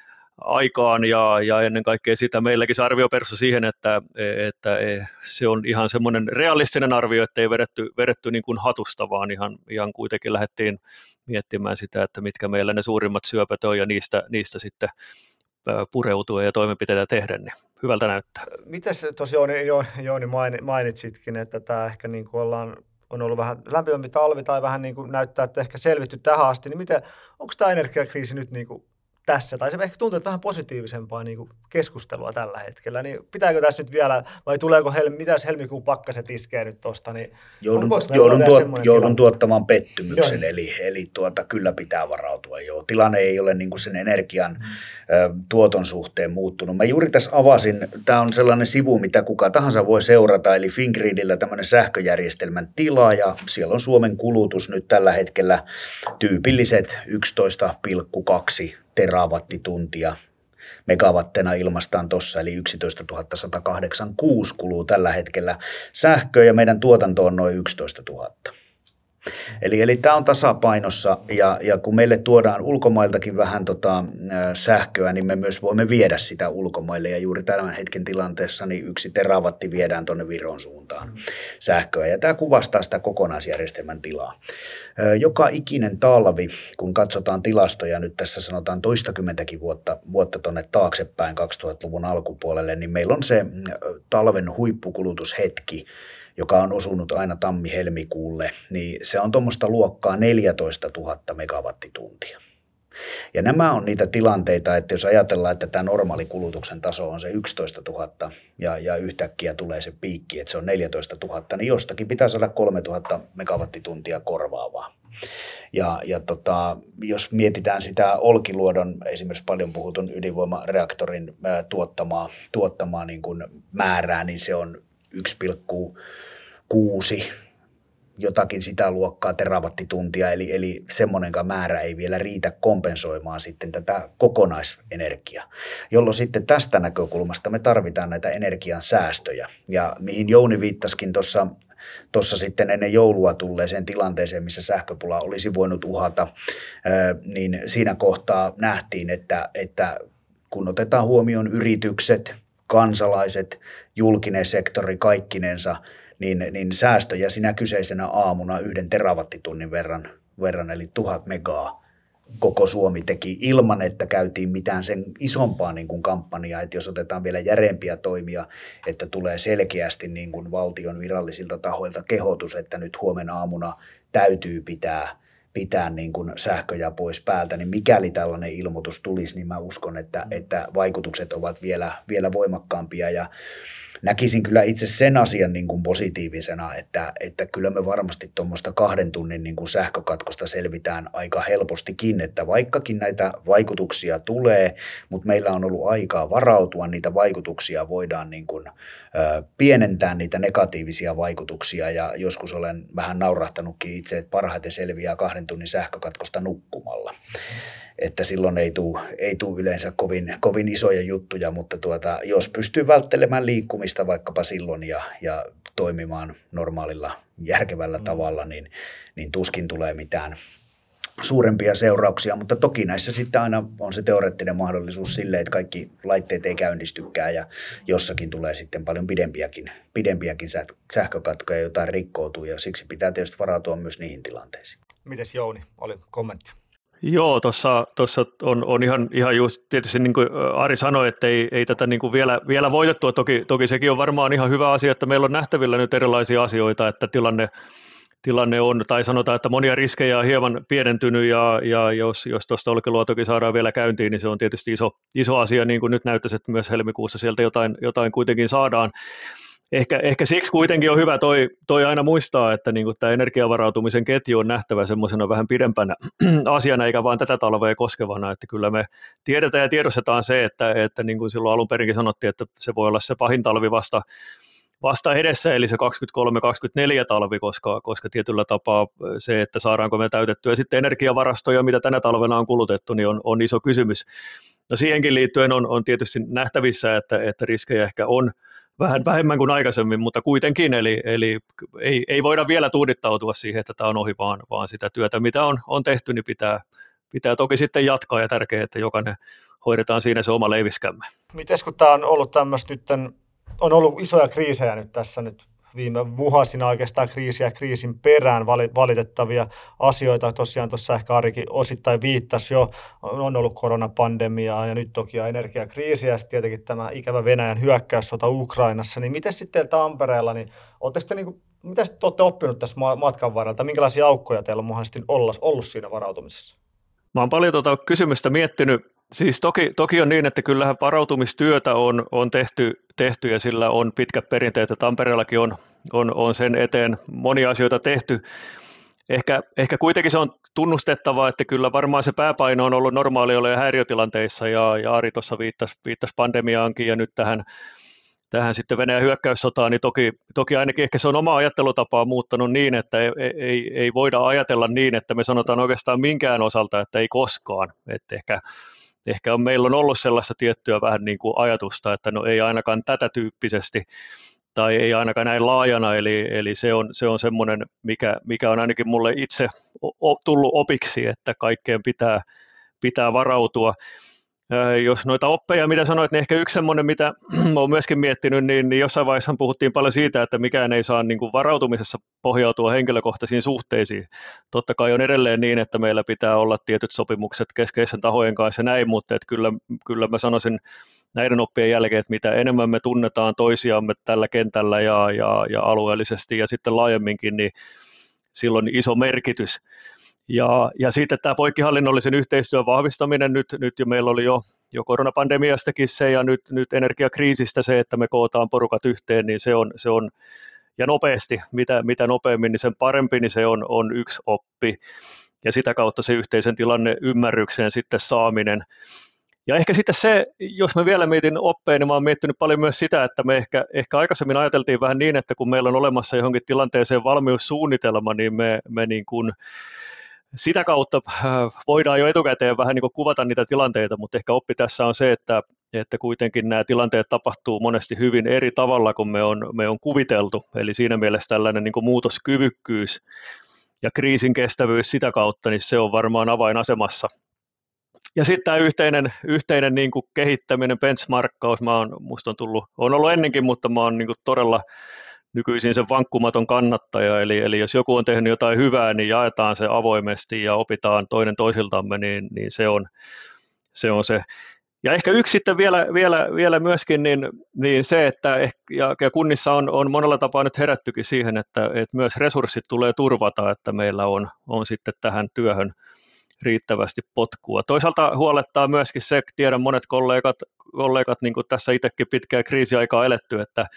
B: aikaan ja, ja ennen kaikkea sitä meilläkin se arvio perustuu siihen, että, että se on ihan semmoinen realistinen arvio, että ei vedetty, vedetty niin kuin hatusta, vaan ihan, ihan kuitenkin lähdettiin miettimään sitä, että mitkä meillä ne suurimmat syöpät on ja niistä, niistä sitten pureutua ja toimenpiteitä tehdä, niin hyvältä näyttää.
A: Mites tosiaan Jouni mainitsitkin, että tämä ehkä niin kuin ollaan, on ollut vähän lämpimämpi talvi tai vähän niin kuin näyttää, että ehkä selvitty tähän asti, niin miten, onko tämä energiakriisi nyt niin kuin tässä, tai se ehkä tuntuu, että vähän positiivisempaa niin kuin keskustelua tällä hetkellä, niin pitääkö tässä nyt vielä, vai tuleeko, hel, mitä jos helmikuun pakkaset iskee nyt tuosta, niin
C: joudun, joudun, tuot, joudun tuottamaan pettymyksen, Joo. eli, eli tuota, kyllä pitää varautua. Joo. Tilanne ei ole niin kuin sen energian mm. ä, tuoton suhteen muuttunut. Mä juuri tässä avasin, tämä on sellainen sivu, mitä kuka tahansa voi seurata, eli Fingridillä tämmöinen sähköjärjestelmän tila, ja siellä on Suomen kulutus nyt tällä hetkellä tyypilliset yksitoista pilkku kaksi terawattituntia megawatteina ilmastaan tuossa, eli yksitoistatuhatta sata kahdeksankymmentäkuusi kuluu tällä hetkellä sähköä, ja meidän tuotanto on noin yksitoistatuhatta. Eli, eli tämä on tasapainossa, ja, ja kun meille tuodaan ulkomailtakin vähän tota, ä, sähköä, niin me myös voimme viedä sitä ulkomaille, ja juuri tämän hetken tilanteessa niin yksi terawatti viedään tuonne Viron suuntaan sähköä, ja tämä kuvastaa sitä kokonaisjärjestelmän tilaa. Ä, joka ikinen talvi, kun katsotaan tilastoja, nyt tässä sanotaan toistakymmentäkin vuotta, vuotta tuonne taaksepäin kaksituhattaluvun alkupuolelle, niin meillä on se talven huippukulutushetki, joka on osunut aina tammi-helmikuulle, niin se on tuommoista luokkaa neljätoistatuhatta megawattituntia. Ja nämä on niitä tilanteita, että jos ajatellaan, että tämä normaali kulutuksen taso on se yksitoistatuhatta ja, ja yhtäkkiä tulee se piikki, että se on neljätoistatuhatta, niin jostakin pitää saada kolmetuhatta megawattituntia korvaavaa. Ja, ja tota, jos mietitään sitä Olkiluodon esimerkiksi paljon puhutun ydinvoimareaktorin ää, tuottamaa, tuottamaa niin kuin määrää, niin se on yksi pilkku kuusi jotakin sitä luokkaa terawattituntia, eli, eli semmoinenkaan määrä ei vielä riitä kompensoimaan sitten tätä kokonaisenergiaa, jolloin sitten tästä näkökulmasta me tarvitaan näitä energian säästöjä. Ja mihin Jouni viittasikin tuossa Tuossa sitten ennen joulua tulleeseen tilanteeseen, missä sähköpula olisi voinut uhata, niin siinä kohtaa nähtiin, että, että kun otetaan huomioon yritykset, kansalaiset, julkinen sektori kaikkinensa, niin, niin säästöjä sinä kyseisenä aamuna yhden terawattitunnin verran, verran eli tuhat megaa koko Suomi teki ilman, että käytiin mitään sen isompaa niin kuin kampanjaa, että jos otetaan vielä järeempiä toimia, että tulee selkeästi niin kuin valtion virallisilta tahoilta kehotus, että nyt huomenna aamuna täytyy pitää, pitää niin kuin sähköjä pois päältä, niin mikäli tällainen ilmoitus tulisi, niin mä uskon, että, että vaikutukset ovat vielä, vielä voimakkaampia ja näkisin kyllä itse sen asian niin kuin positiivisena, että, että kyllä me varmasti tuommoista kahden tunnin niin kuin sähkökatkosta selvitään aika helpostikin, että vaikkakin näitä vaikutuksia tulee, mutta meillä on ollut aikaa varautua, niitä vaikutuksia voidaan niin kuin, ö, pienentää niitä negatiivisia vaikutuksia ja joskus olen vähän naurahtanutkin itse, että parhaiten selviää kahden tunnin sähkökatkosta nukkumalla. Että silloin ei tule ei tule yleensä kovin, kovin isoja juttuja, mutta tuota, jos pystyy välttelemään liikkumista vaikkapa silloin ja, ja toimimaan normaalilla järkevällä tavalla, niin, niin tuskin tulee mitään suurempia seurauksia, mutta toki näissä sitten aina on se teoreettinen mahdollisuus sille, että kaikki laitteet ei käynnistykään ja jossakin tulee sitten paljon pidempiäkin, pidempiäkin sähkökatkoja, jotain rikkoutuu ja siksi pitää tietysti varautua myös niihin tilanteisiin.
A: Mites Jouni, oli kommentti?
B: Joo, tuossa on, on ihan, ihan just tietysti niin kuin Ari sanoi, että ei, ei tätä niin kuin vielä, vielä voitettua. Toki, toki sekin on varmaan ihan hyvä asia, että meillä on nähtävillä nyt erilaisia asioita, että tilanne, tilanne on, tai sanotaan, että monia riskejä on hieman pienentynyt ja, ja jos, jos tuosta Olkiluotokin saadaan vielä käyntiin, niin se on tietysti iso, iso asia, niin kuin nyt näyttäisi, että myös helmikuussa sieltä jotain, jotain kuitenkin saadaan. Ehkä, ehkä siksi kuitenkin on hyvä toi, toi aina muistaa, että niin kuin tämä energiavarautumisen ketju on nähtävä semmoisena vähän pidempänä asiana, eikä vain tätä talvea koskevana, että kyllä me tiedetään ja tiedostetaan se, että, että niin kuin silloin alun perinkin sanottiin, että se voi olla se pahin talvi vasta, vasta edessä, eli se kaksikymmentäkolme kaksikymmentäneljä talvi, koska, koska tietyllä tapaa se, että saadaanko me täytettyä sitten energiavarastoja, mitä tänä talvena on kulutettu, niin on, on iso kysymys. No siihenkin liittyen on, on tietysti nähtävissä, että, että riskejä ehkä on vähän vähemmän kuin aikaisemmin, mutta kuitenkin, eli, eli ei, ei voida vielä tuudittautua siihen, että tämä on ohi, vaan, vaan sitä työtä, mitä on, on tehty, niin pitää, pitää toki sitten jatkaa, ja tärkeää, että jokainen hoidetaan siinä se oma leiviskämme.
A: Mites kun tämä on ollut tämmöistä nyt, on ollut isoja kriisejä nyt tässä nyt viime vuosina oikeastaan kriisiä kriisin perään valitettavia asioita. Tosiaan tuossa ehkä Arikin osittain viittasi jo, on ollut koronapandemiaa ja nyt toki energiakriisiä ja sitten tietenkin tämä ikävä Venäjän hyökkäyssota Ukrainassa. Niin miten sitten Tampereella, niin oletteko te, niin kuin, mitä te olette oppinut tässä matkan varrella? Minkälaisia aukkoja teillä on mahdollisesti ollut siinä varautumisessa?
B: Mä oon paljon tuota kysymystä miettinyt. Siis toki, toki on niin, että kyllähän varautumistyötä on, on tehty, tehty ja sillä on pitkät perinteet ja Tampereellakin on, on, on sen eteen monia asioita tehty. Ehkä, ehkä kuitenkin se on tunnustettava, että kyllä varmaan se pääpaino on ollut normaaliolojen häiriötilanteissa ja, ja Ari tuossa viittasi, viittasi pandemiaankin ja nyt tähän, tähän sitten Venäjän hyökkäyssotaan, niin toki, toki ainakin ehkä se on oma ajattelutapaa muuttanut niin, että ei, ei, ei voida ajatella niin, että me sanotaan oikeastaan minkään osalta, että ei koskaan, että ehkä Ehkä on, meillä on ollut sellaista tiettyä vähän niin kuin ajatusta, että no ei ainakaan tätä tyyppisesti tai ei ainakaan näin laajana, eli, eli se on, se on semmoinen, mikä, mikä on ainakin mulle itse o, tullut opiksi, että kaikkeen pitää, pitää varautua. Ää, jos noita oppeja, mitä sanoit, niin ehkä yksi semmoinen, mitä olen myöskin miettinyt, niin, niin jossain vaiheessa puhuttiin paljon siitä, että mikään ei saa niin kuin varautumisessa pohjautua henkilökohtaisiin suhteisiin. Totta kai on edelleen niin, että meillä pitää olla tietyt sopimukset keskeisen tahojen kanssa ja näin, mutta että kyllä, kyllä mä sanoisin näiden oppien jälkeen, että mitä enemmän me tunnetaan toisiamme tällä kentällä ja, ja, ja alueellisesti ja sitten laajemminkin, niin silloin iso merkitys. Ja, ja sitten tämä poikkihallinnollisen yhteistyön vahvistaminen, nyt, nyt jo meillä oli jo, jo koronapandemiastakin se ja nyt, nyt energiakriisistä se, että me kootaan porukat yhteen, niin se on, se on ja nopeasti, mitä, mitä nopeammin, niin sen parempi, niin se on, on yksi oppi ja sitä kautta se yhteisen tilanne ymmärrykseen sitten saaminen. Ja ehkä sitten se, jos mä vielä mietin oppeja, niin mä oon miettinyt paljon myös sitä, että me ehkä, ehkä aikaisemmin ajateltiin vähän niin, että kun meillä on olemassa johonkin tilanteeseen valmiussuunnitelma, niin me, me niin kuin sitä kautta voidaan jo etukäteen vähän niin kuin kuvata niitä tilanteita, mutta ehkä oppi tässä on se, että, että kuitenkin nämä tilanteet tapahtuu monesti hyvin eri tavalla kuin me on, me on kuviteltu. Eli siinä mielessä tällainen niin kuin muutoskyvykkyys ja kriisin kestävyys sitä kautta, niin se on varmaan avainasemassa. Ja sitten tämä yhteinen, yhteinen niin kuin kehittäminen, benchmarkkaus, mä oon, musta on tullut, on ollut ennenkin, mutta mä oon niin kuin todella nykyisin sen vankkumaton kannattaja, eli, eli jos joku on tehnyt jotain hyvää, niin jaetaan se avoimesti ja opitaan toinen toisiltamme, niin, niin se, on, se on se. Ja ehkä yksi sitten vielä, vielä, vielä myöskin niin, niin se, että ehkä, ja, ja kunnissa on, on monella tapaa nyt herättykin siihen, että, että myös resurssit tulee turvata, että meillä on, on sitten tähän työhön riittävästi potkua. Toisaalta huolettaa myöskin se, tiedän monet kollegat, kollegat niin kuin tässä itsekin pitkää kriisiaikaa eletty, että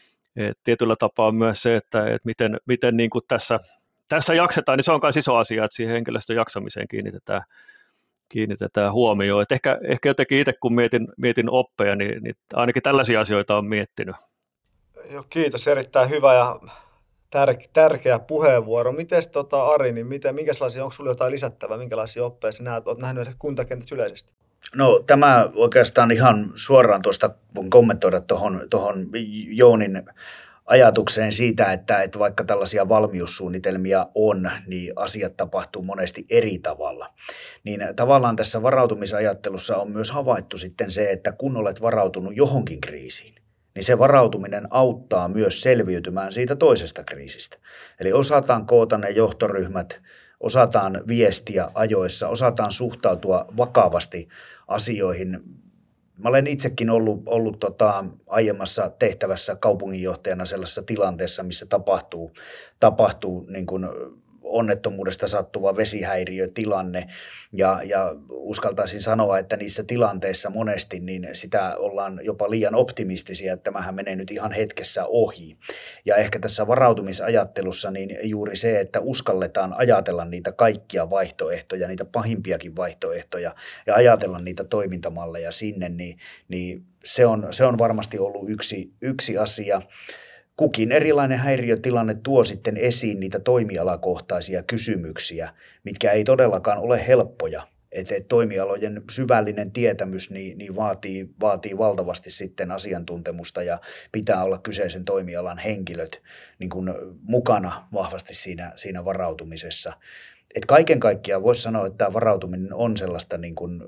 B: et tietyllä tapaa on myös se, että et miten, miten niin kuin tässä, tässä jaksetaan, niin se on myös iso asia, että siihen henkilöstön jaksamiseen kiinnitetään, kiinnitetään huomioon. Et ehkä, ehkä jotenkin itse, kun mietin, mietin oppeja, niin, niin ainakin tällaisia asioita on miettinyt.
A: Joo, kiitos, erittäin hyvä ja tär- tärkeä puheenvuoro. Miten tota, Ari, niin miten, minkälaisia, onko sinulla jotain lisättävää, minkälaisia oppeja sinä näet, olet nähnyt kuntakentässä yleisesti?
C: No tämä oikeastaan ihan suoraan tuosta voin kommentoida tuohon tohon Jounin ajatukseen siitä, että, että vaikka tällaisia valmiussuunnitelmia on, niin asiat tapahtuu monesti eri tavalla. Niin tavallaan tässä varautumisajattelussa on myös havaittu sitten se, että kun olet varautunut johonkin kriisiin, niin se varautuminen auttaa myös selviytymään siitä toisesta kriisistä. Eli osataan koota ne johtoryhmät, osataan viestiä ajoissa, osataan suhtautua vakavasti asioihin. Mä olen itsekin ollut, ollut tota, aiemmassa tehtävässä kaupunginjohtajana sellaisessa tilanteessa, missä tapahtuu, tapahtuu niin kuin onnettomuudesta sattuva vesihäiriötilanne ja, ja uskaltaisin sanoa, että niissä tilanteissa monesti niin sitä ollaan jopa liian optimistisia, että tämähän menee nyt ihan hetkessä ohi. Ja ehkä tässä varautumisajattelussa niin juuri se, että uskalletaan ajatella niitä kaikkia vaihtoehtoja, niitä pahimpiakin vaihtoehtoja ja ajatella niitä toimintamalleja sinne, niin, niin se on, se on varmasti ollut yksi, yksi asia. Kukin erilainen häiriötilanne tuo sitten esiin niitä toimialakohtaisia kysymyksiä, mitkä ei todellakaan ole helppoja. Että toimialojen syvällinen tietämys niin, niin vaatii, vaatii valtavasti sitten asiantuntemusta ja pitää olla kyseisen toimialan henkilöt niin kuin mukana vahvasti siinä, siinä varautumisessa. Et kaiken kaikkiaan voisi sanoa, että tämä varautuminen on sellaista niin kuin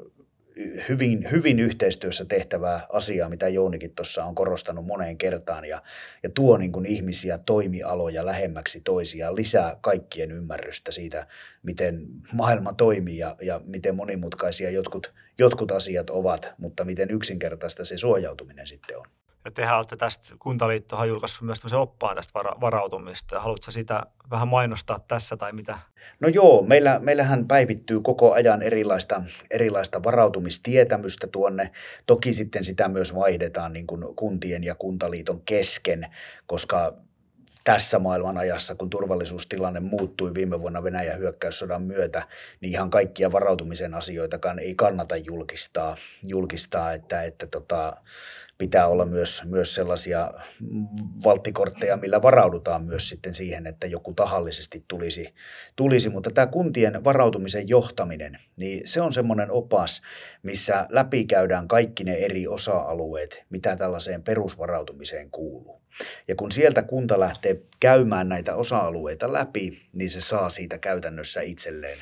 C: Hyvin, hyvin yhteistyössä tehtävää asiaa, mitä Jounikin tuossa on korostanut moneen kertaan ja, ja tuo niin kuin ihmisiä, toimialoja lähemmäksi toisiaan, lisää kaikkien ymmärrystä siitä, miten maailma toimii ja, ja miten monimutkaisia jotkut, jotkut asiat ovat, mutta miten yksinkertaista se suojautuminen sitten on.
A: Ja tehän olette tästä, Kuntaliittohan julkaissut myös tämmöisen oppaan tästä vara- varautumista. Haluatko sitä vähän mainostaa tässä tai mitä?
C: No joo, meillä, meillähän päivittyy koko ajan erilaista, erilaista varautumistietämystä tuonne. Toki sitten sitä myös vaihdetaan niin kuin kuntien ja Kuntaliiton kesken, koska tässä maailman ajassa, kun turvallisuustilanne muuttui viime vuonna Venäjän hyökkäyssodan myötä, niin ihan kaikkia varautumisen asioitakaan ei kannata julkistaa, julkistaa että, että tota, pitää olla myös, myös sellaisia valttikortteja, millä varaudutaan myös sitten siihen, että joku tahallisesti tulisi, tulisi. Mutta tämä kuntien varautumisen johtaminen, niin se on semmoinen opas, missä läpikäydään kaikki ne eri osa-alueet, mitä tällaiseen perusvarautumiseen kuuluu. Ja kun sieltä kunta lähtee käymään näitä osa-alueita läpi, niin se saa siitä käytännössä itselleen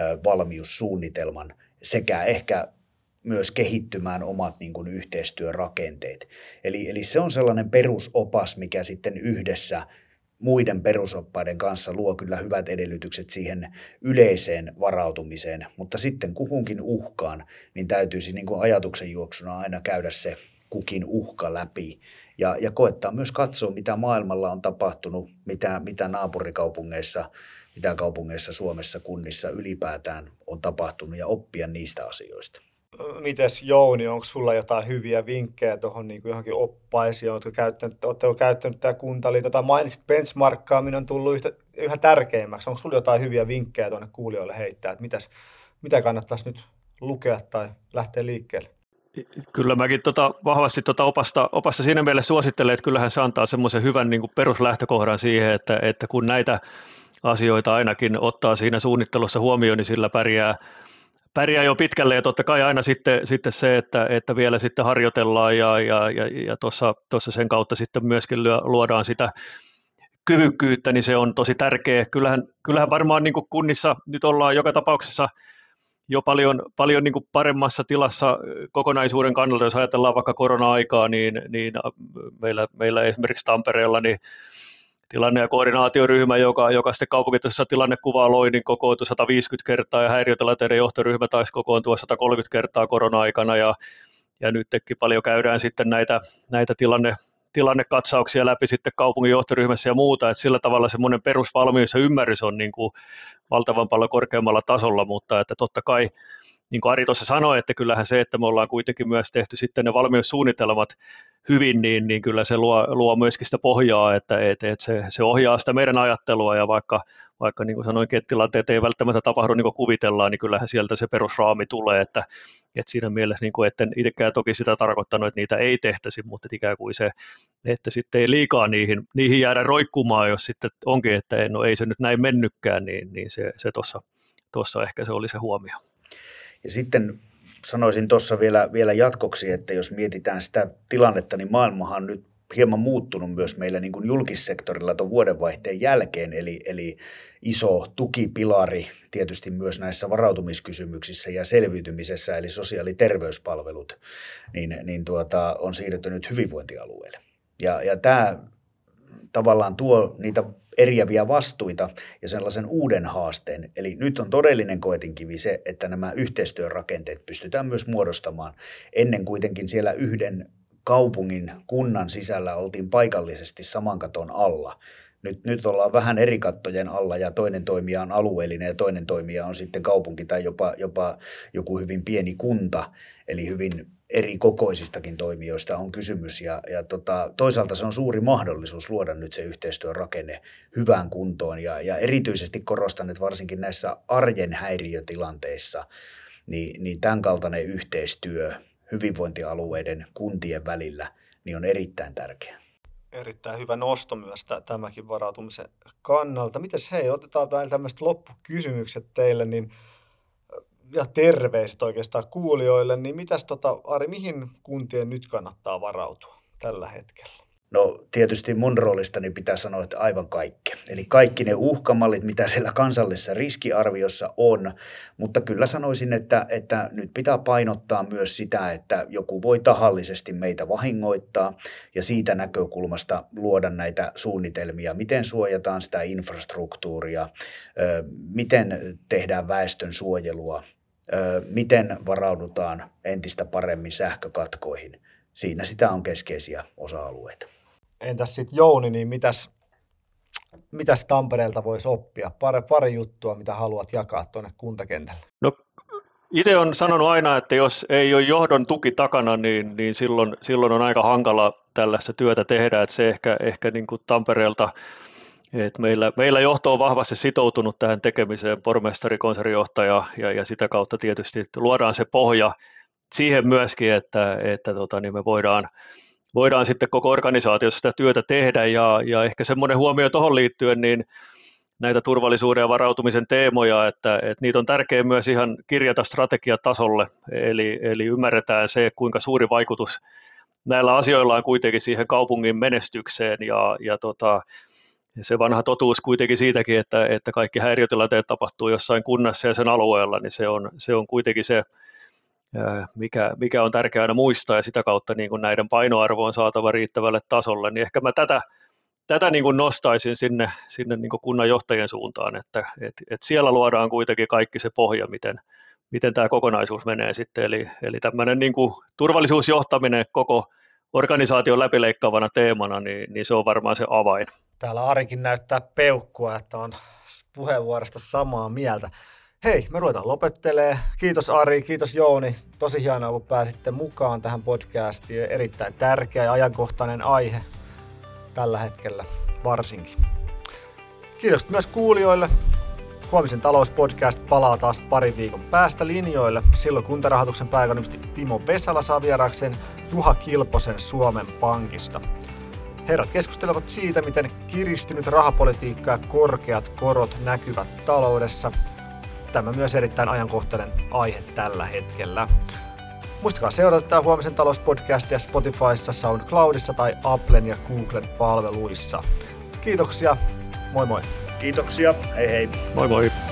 C: valmiussuunnitelman sekä ehkä myös kehittymään omat niin kuin yhteistyörakenteet. Eli, eli se on sellainen perusopas, mikä sitten yhdessä muiden perusoppaiden kanssa luo kyllä hyvät edellytykset siihen yleiseen varautumiseen, mutta sitten kuhunkin uhkaan, niin täytyisi niin kuin ajatuksen juoksuna aina käydä se kukin uhka läpi ja, ja koettaa myös katsoa, mitä maailmalla on tapahtunut, mitä, mitä naapurikaupungeissa, mitä kaupungeissa Suomessa, kunnissa ylipäätään on tapahtunut ja oppia niistä asioista.
A: Mites Jouni, onko sulla jotain hyviä vinkkejä tuohon niin johonkin oppaisiin? Oletko käyttänyt, oletko käyttänyt tämä Kuntaliitto tai mainitsit benchmarkkaaminen on tullut yhtä, yhä tärkeimmäksi. Onko sulla jotain hyviä vinkkejä tuonne kuulijoille heittää, että mitäs, mitä kannattaisi nyt lukea tai lähteä liikkeelle?
B: Kyllä mäkin tota, vahvasti tota opasta, opasta siinä mielessä suosittelen, että kyllähän se antaa semmoisen hyvän niin kuin peruslähtökohdan siihen, että, että kun näitä asioita ainakin ottaa siinä suunnittelussa huomioon, niin sillä pärjää, pärjää jo pitkälle, ja totta kai aina sitten, sitten se, että, että vielä sitten harjoitellaan ja, ja, ja, ja tuossa sen kautta sitten myöskin luodaan sitä kyvykkyyttä, niin se on tosi tärkeä. Kyllähän, kyllähän varmaan niin kuin kunnissa nyt ollaan joka tapauksessa jo paljon, paljon niin kuin paremmassa tilassa kokonaisuuden kannalta, jos ajatellaan vaikka korona-aikaa, niin, niin meillä, meillä esimerkiksi Tampereella niin tilanne- ja koordinaatioryhmä, joka, joka sitten kaupunkitasossa tilannekuvaa loi, niin kokoontui sata viisikymmentä kertaa, ja häiriötilanteiden johtoryhmä taisi kokoontua sata kolmekymmentä kertaa korona-aikana, ja, ja nytkin paljon käydään sitten näitä, näitä tilanne, tilannekatsauksia läpi sitten kaupungin johtoryhmässä ja muuta, että sillä tavalla semmoinen perusvalmius ja ymmärrys on niin kuin valtavan paljon korkeammalla tasolla, mutta että totta kai, niin kuin Ari tuossa sanoi, että kyllähän se, että me ollaan kuitenkin myös tehty sitten ne valmiussuunnitelmat hyvin, niin, niin kyllä se luo, luo myöskin sitä pohjaa, että, että, että se, se ohjaa sitä meidän ajattelua, ja vaikka, vaikka niin kuin sanoinkin, että tilanteet ei välttämättä tapahdu niin kuin kuvitellaan, niin kyllähän sieltä se perusraami tulee, että, että siinä mielessä, niin kuin, etten itsekään toki sitä tarkoittanut, että niitä ei tehtäisi, mutta ikään kuin se, että sitten ei liikaa niihin, niihin jäädä roikkumaan, jos sitten onkin, että no ei se nyt näin mennytkään, niin, niin se, se tuossa, tuossa ehkä se oli se huomio.
C: Ja sitten sanoisin tuossa vielä, vielä jatkoksi, että jos mietitään sitä tilannetta, niin maailmahan on nyt hieman muuttunut myös meillä niin kuin julkissektorilla tuon vuodenvaihteen jälkeen, eli, eli iso tukipilari tietysti myös näissä varautumiskysymyksissä ja selviytymisessä, eli sosiaali- ja terveyspalvelut, niin, niin tuota, on siirtynyt hyvinvointialueelle. Ja, ja tämä tavallaan tuo niitä eriäviä vastuita ja sellaisen uuden haasteen. Eli nyt on todellinen koetinkivi se, että nämä yhteistyörakenteet pystytään myös muodostamaan. Ennen kuitenkin siellä yhden kaupungin, kunnan sisällä oltiin paikallisesti saman katon alla. Nyt, nyt ollaan vähän eri kattojen alla, ja toinen toimija on alueellinen ja toinen toimija on sitten kaupunki tai jopa, jopa joku hyvin pieni kunta, eli hyvin eri kokoisistakin toimijoista on kysymys, ja, ja tota, toisaalta se on suuri mahdollisuus luoda nyt se yhteistyörakenne hyvään kuntoon, ja, ja erityisesti korostan, että varsinkin näissä arjen häiriötilanteissa, niin, niin tämän kaltainen yhteistyö hyvinvointialueiden kuntien välillä niin on erittäin tärkeä.
A: Erittäin hyvä nosto myös tämäkin varautumisen kannalta. Mites hei, otetaan vähän tämmöiset loppukysymykset teille, niin ja terveiset oikeastaan kuulijoille, niin mitäs tota, Ari, mihin kuntien nyt kannattaa varautua tällä hetkellä?
C: No tietysti mun roolistani pitää sanoa, että aivan kaikki. Eli kaikki ne uhkamallit, mitä siellä kansallisessa riskiarviossa on, mutta kyllä sanoisin, että, että nyt pitää painottaa myös sitä, että joku voi tahallisesti meitä vahingoittaa ja siitä näkökulmasta luoda näitä suunnitelmia, miten suojataan sitä infrastruktuuria, miten tehdään väestön suojelua, miten varaudutaan entistä paremmin sähkökatkoihin. Siinä sitä on keskeisiä osa-alueita.
A: Entäs sitten Jouni, niin mitäs, mitäs Tampereelta voisi oppia? Pari, pari juttua, mitä haluat jakaa tuonne kuntakentälle.
B: No, itse olen sanonut aina, että jos ei ole johdon tuki takana, niin, niin silloin, silloin on aika hankala tällaista työtä tehdä. Että se ehkä, ehkä niin kuin Tampereelta, että meillä, meillä johto on vahvasti sitoutunut tähän tekemiseen, pormestari, konsernjohtaja, ja, ja sitä kautta tietysti luodaan se pohja siihen myöskin, että, että tota, niin me voidaan, voidaan sitten koko organisaatiossa sitä työtä tehdä, ja, ja ehkä semmoinen huomio tuohon liittyen, niin näitä turvallisuuden ja varautumisen teemoja, että, että niitä on tärkeää myös ihan kirjata strategiatasolle, eli, eli ymmärretään se, kuinka suuri vaikutus näillä asioilla on kuitenkin siihen kaupungin menestykseen, ja, ja tota, se vanha totuus kuitenkin siitäkin, että, että kaikki häiriötilanteet tapahtuu jossain kunnassa ja sen alueella, niin se on, se on kuitenkin se, Mikä, mikä on tärkeää aina muistaa, ja sitä kautta niin kuin näiden painoarvo on saatava riittävälle tasolle, niin ehkä mä tätä, tätä niin kuin nostaisin sinne, sinne niin kuin kunnanjohtajien suuntaan, että et, et siellä luodaan kuitenkin kaikki se pohja, miten, miten tämä kokonaisuus menee sitten, eli, eli tämmöinen niin kuin turvallisuusjohtaminen koko organisaation läpileikkaavana teemana, niin, niin se on varmaan se avain.
A: Täällä Arikin näyttää peukkua, että on puheenvuorosta samaa mieltä. Hei, me ruvetaan lopettelee. Kiitos Ari, kiitos Jouni. Tosi hienoa, kun pääsitte mukaan tähän podcastiin. Erittäin tärkeä ja ajankohtainen aihe tällä hetkellä varsinkin. Kiitos myös kuulijoille. Huomisen talouspodcast palaa taas pari viikon päästä linjoille. Silloin Kuntarahoituksen pääekonomisti Timo Vesala saa vieraakseen Juha Kilposen Suomen Pankista. Herrat keskustelevat siitä, miten kiristynyt rahapolitiikka ja korkeat korot näkyvät taloudessa. Tämä myös erittäin ajankohtainen aihe tällä hetkellä. Muistakaa seurata tämä huomisen talouspodcastia Spotifyssa, SoundCloudissa tai Applen ja Googlen palveluissa. Kiitoksia, moi moi!
C: Kiitoksia, hei hei!
B: Moi moi!